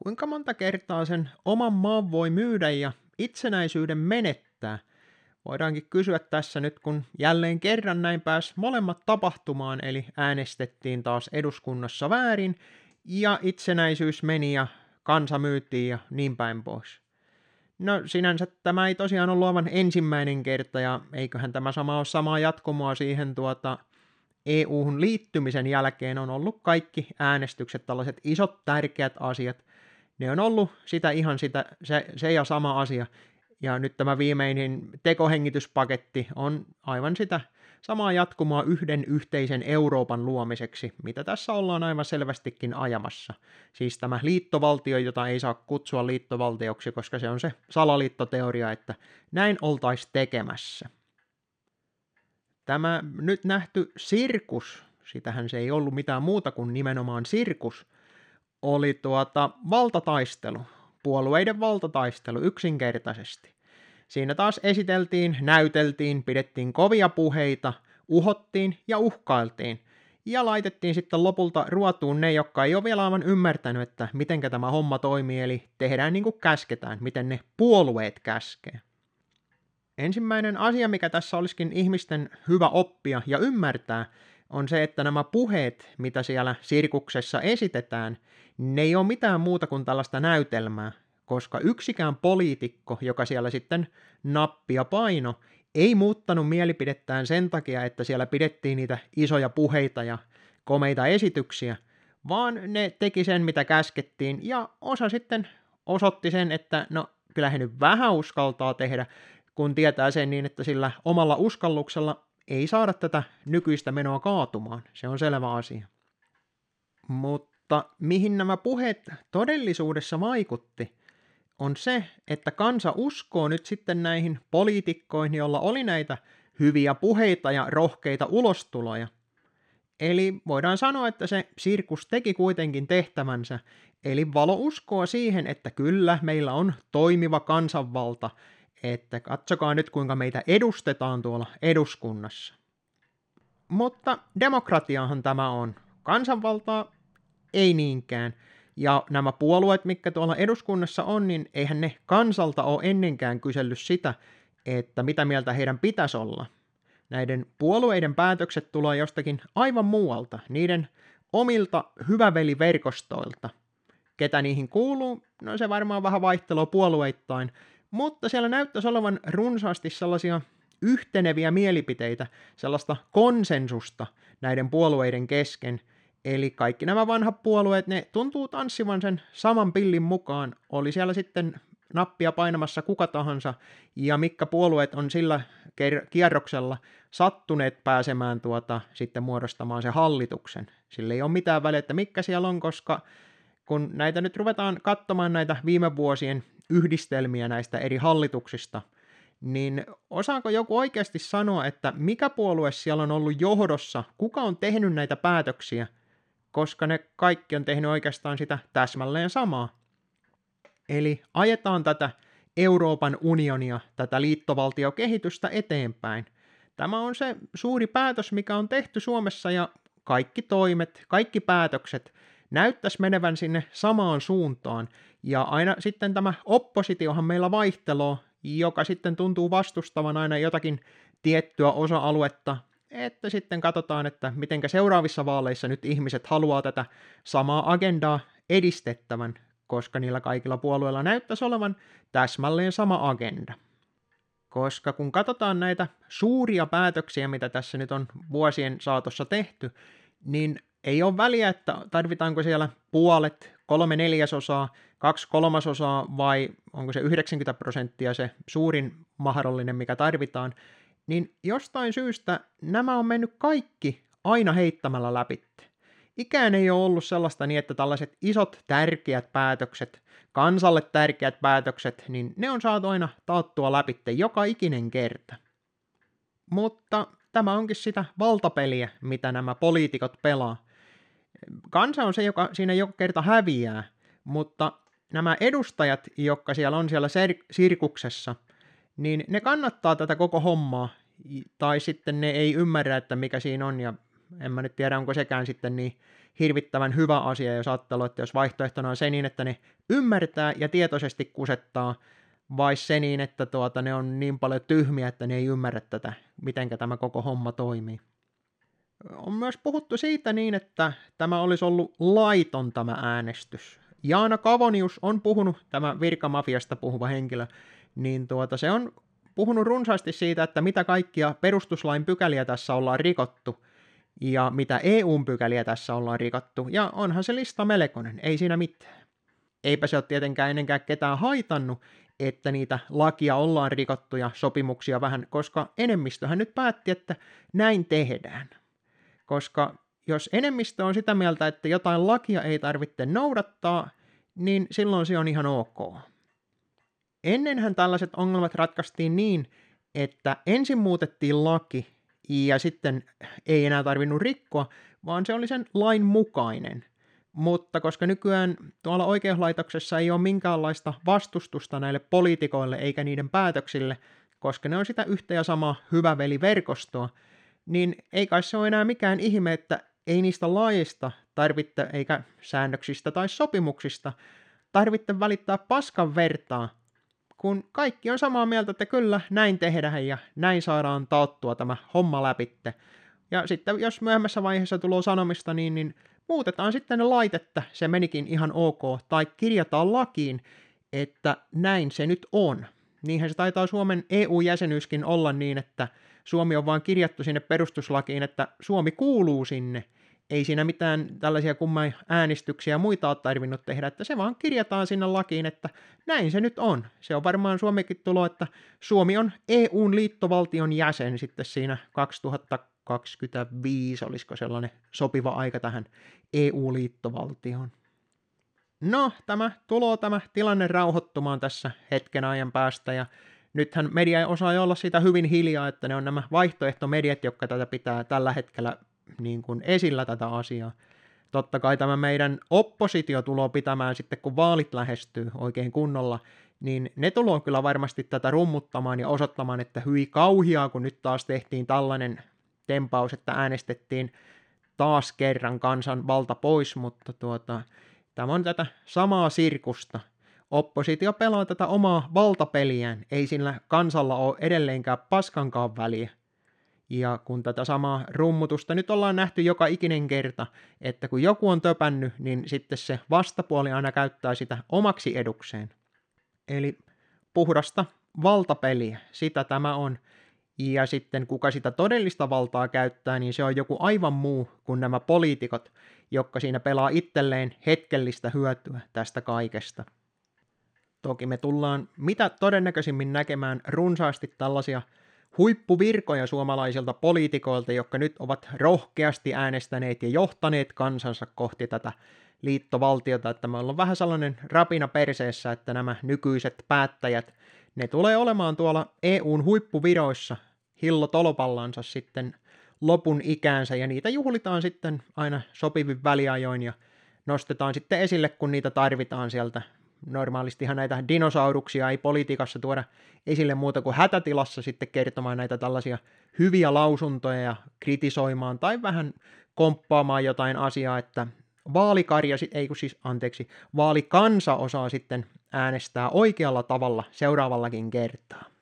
Kuinka monta kertaa sen oman maan voi myydä ja itsenäisyyden menettää? Voidaankin kysyä tässä nyt, kun jälleen kerran näin pääsi molemmat tapahtumaan, eli äänestettiin taas eduskunnassa väärin, ja itsenäisyys meni ja kansa myytiin ja niin päin pois. No sinänsä tämä ei tosiaan ollut aivan ensimmäinen kerta, ja eiköhän tämä sama ole samaa jatkumoa siihen EU-hun liittymisen jälkeen on ollut kaikki äänestykset, tällaiset isot tärkeät asiat, ne on ollut sitä ihan se ja sama asia. Ja nyt tämä viimeinen tekohengityspaketti on aivan sitä samaa jatkumoa yhden yhteisen Euroopan luomiseksi, mitä tässä ollaan aivan selvästikin ajamassa. Siis tämä liittovaltio, jota ei saa kutsua liittovaltioksi, koska se on se salaliittoteoria, että näin oltaisiin tekemässä. Tämä nyt nähty sirkus, sitähän se ei ollut mitään muuta kuin nimenomaan sirkus, oli valtataistelu, puolueiden valtataistelu yksinkertaisesti. Siinä taas esiteltiin, näyteltiin, pidettiin kovia puheita, uhottiin ja uhkailtiin. Ja laitettiin sitten lopulta ruotuun ne, jotka ei ole vielä aivan ymmärtänyt, että mitenkä tämä homma toimii, eli tehdään niin kuin käsketään, miten ne puolueet käskee. Ensimmäinen asia, mikä tässä olisikin ihmisten hyvä oppia ja ymmärtää, on se, että nämä puheet, mitä siellä sirkuksessa esitetään, ne ei ole mitään muuta kuin tällaista näytelmää, koska yksikään poliitikko, joka siellä sitten nappia paino, ei muuttanut mielipidettään sen takia, että siellä pidettiin niitä isoja puheita ja komeita esityksiä, vaan ne teki sen, mitä käskettiin, ja osa sitten osoitti sen, että no, kyllä he nyt vähän uskaltaa tehdä, kun tietää sen niin, että sillä omalla uskalluksella ei saada tätä nykyistä menoa kaatumaan. Se on selvä asia. Mutta mihin nämä puheet todellisuudessa vaikutti, on se, että kansa uskoo nyt sitten näihin poliitikkoihin, joilla oli näitä hyviä puheita ja rohkeita ulostuloja. Eli voidaan sanoa, että se sirkus teki kuitenkin tehtävänsä, eli valo uskoo siihen, että kyllä meillä on toimiva kansanvalta, että katsokaa nyt kuinka meitä edustetaan tuolla eduskunnassa. Mutta demokratiahan tämä on. Kansanvaltaa ei niinkään. Ja nämä puolueet, mitkä tuolla eduskunnassa on, niin eihän ne kansalta ole ennenkään kysellyt sitä, että mitä mieltä heidän pitäisi olla. Näiden puolueiden päätökset tulee jostakin aivan muualta, niiden omilta hyväveliverkostoilta. Ketä niihin kuuluu? No se varmaan vähän vaihtelua puolueittain, mutta siellä näyttäisi olevan runsaasti sellaisia yhteneviä mielipiteitä, sellaista konsensusta näiden puolueiden kesken. Eli kaikki nämä vanhat puolueet, ne tuntuu tanssivan sen saman pillin mukaan, oli siellä sitten nappia painamassa kuka tahansa, ja mitkä puolueet on sillä kierroksella sattuneet pääsemään sitten muodostamaan se hallituksen. Sillä ei ole mitään väliä, että mitkä siellä on, koska kun näitä nyt ruvetaan katsomaan näitä viime vuosien yhdistelmiä näistä eri hallituksista, niin osaako joku oikeasti sanoa, että mikä puolue siellä on ollut johdossa, kuka on tehnyt näitä päätöksiä, koska ne kaikki on tehnyt oikeastaan sitä täsmälleen samaa. Eli ajetaan tätä Euroopan unionia, tätä liittovaltiokehitystä eteenpäin. Tämä on se suuri päätös, mikä on tehty Suomessa, ja kaikki toimet, kaikki päätökset näyttäisi menevän sinne samaan suuntaan. Ja aina sitten tämä oppositiohan meillä vaihteloo, joka sitten tuntuu vastustavan aina jotakin tiettyä osa-aluetta, että sitten katsotaan, että mitenkä seuraavissa vaaleissa nyt ihmiset haluaa tätä samaa agendaa edistettävän, koska niillä kaikilla puolueilla näyttäisi olevan täsmälleen sama agenda. Koska kun katsotaan näitä suuria päätöksiä, mitä tässä nyt on vuosien saatossa tehty, niin ei ole väliä, että tarvitaanko siellä puolet, 3/4, 2/3 vai onko se 90% se suurin mahdollinen, mikä tarvitaan, niin jostain syystä nämä on mennyt kaikki aina heittämällä läpi. Ikään ei ole ollut sellaista niin, että tällaiset isot tärkeät päätökset, kansalle tärkeät päätökset, niin ne on saatu aina taattua läpi joka ikinen kerta. Mutta tämä onkin sitä valtapeliä, mitä nämä poliitikot pelaa. Kansa on se, joka siinä joka kerta häviää, mutta nämä edustajat, jotka siellä on siellä sirkuksessa, niin ne kannattaa tätä koko hommaa, tai sitten ne ei ymmärrä, että mikä siinä on, ja en mä nyt tiedä, onko sekään sitten niin hirvittävän hyvä asia, jos ajattelee, että jos vaihtoehtona on se niin, että ne ymmärtää ja tietoisesti kusettaa, vai se niin, että ne on niin paljon tyhmiä, että ne ei ymmärrä tätä, miten tämä koko homma toimii. On myös puhuttu siitä niin, että tämä olisi ollut laiton tämä äänestys. Jaana Kavonius on puhunut, tämä virkamafiasta puhuva henkilö, niin se on puhunut runsaasti siitä, että mitä kaikkia perustuslain pykäliä tässä ollaan rikottu ja mitä EUn pykäliä tässä ollaan rikottu, ja onhan se lista melkoinen, ei siinä mitään. Eipä se ole tietenkään ennenkään ketään haitannut, että niitä lakia ollaan rikottu ja sopimuksia vähän, koska enemmistöhän nyt päätti, että näin tehdään. Koska jos enemmistö on sitä mieltä, että jotain lakia ei tarvitse noudattaa, niin silloin se on ihan ok. Ennenhän tällaiset ongelmat ratkaistiin niin, että ensin muutettiin laki ja sitten ei enää tarvinnut rikkoa, vaan se oli sen lain mukainen. Mutta koska nykyään tuolla oikeuslaitoksessa ei ole minkäänlaista vastustusta näille poliitikoille eikä niiden päätöksille, koska ne on sitä yhtä ja samaa hyvä veli-verkostoa, niin ei kai se ole enää mikään ihme, että ei niistä laeista tarvitse, eikä säännöksistä tai sopimuksista tarvitse välittää paskan vertaa, kun kaikki on samaa mieltä, että kyllä näin tehdään ja näin saadaan taottua tämä homma läpitte. Ja sitten jos myöhemmässä vaiheessa tulee sanomista, niin muutetaan sitten ne lait, että se menikin ihan ok, tai kirjataan lakiin, että näin se nyt on. Niinhän se taitaa Suomen EU-jäsenyyskin olla niin, että Suomi on vaan kirjattu sinne perustuslakiin, että Suomi kuuluu sinne. Ei siinä mitään tällaisia kumman äänestyksiä ja muita ole tarvinnut tehdä, että se vaan kirjataan sinne lakiin, että näin se nyt on. Se on varmaan Suomikin tulo, että Suomi on EUn liittovaltion jäsen sitten siinä 2025, olisiko sellainen sopiva aika tähän EU-liittovaltioon. No, tämä tilanne rauhoittumaan tässä hetken ajan päästä, ja nythän media ei osaa olla sitä hyvin hiljaa, että ne on nämä vaihtoehtomediat, jotka tätä pitää tällä hetkellä niin kuin esillä tätä asiaa. Totta kai tämä meidän oppositio tulee pitämään sitten, kun vaalit lähestyy oikein kunnolla, niin ne tulee kyllä varmasti tätä rummuttamaan ja osoittamaan, että hyi kauhiaa, kun nyt taas tehtiin tällainen tempaus, että äänestettiin taas kerran kansan valta pois, mutta tämä on tätä samaa sirkusta. Oppositio pelaa tätä omaa valtapeliään, ei sillä kansalla ole edelleenkään paskankaan väliä. Ja kun tätä samaa rummutusta nyt ollaan nähty joka ikinen kerta, että kun joku on töpännyt, niin sitten se vastapuoli aina käyttää sitä omaksi edukseen. Eli puhdasta valtapeliä, sitä tämä on. Ja sitten kuka sitä todellista valtaa käyttää, niin se on joku aivan muu kuin nämä poliitikot, jotka siinä pelaa itselleen hetkellistä hyötyä tästä kaikesta. Toki me tullaan mitä todennäköisimmin näkemään runsaasti tällaisia huippuvirkoja suomalaisilta poliitikoilta, jotka nyt ovat rohkeasti äänestäneet ja johtaneet kansansa kohti tätä liittovaltiota, että meillä on vähän sellainen rapina perseessä, että nämä nykyiset päättäjät, ne tulee olemaan tuolla EUn huippuviroissa hillotolopallansa sitten lopun ikäänsä, ja niitä juhlitaan sitten aina sopivin väliajoin ja nostetaan sitten esille, kun niitä tarvitaan sieltä. Normaalistihan näitä dinosauruksia ei politiikassa tuoda esille muuta kuin hätätilassa sitten kertomaan näitä tällaisia hyviä lausuntoja ja kritisoimaan tai vähän komppaamaan jotain asiaa, että vaalikansa osaa sitten äänestää oikealla tavalla seuraavallakin kertaa.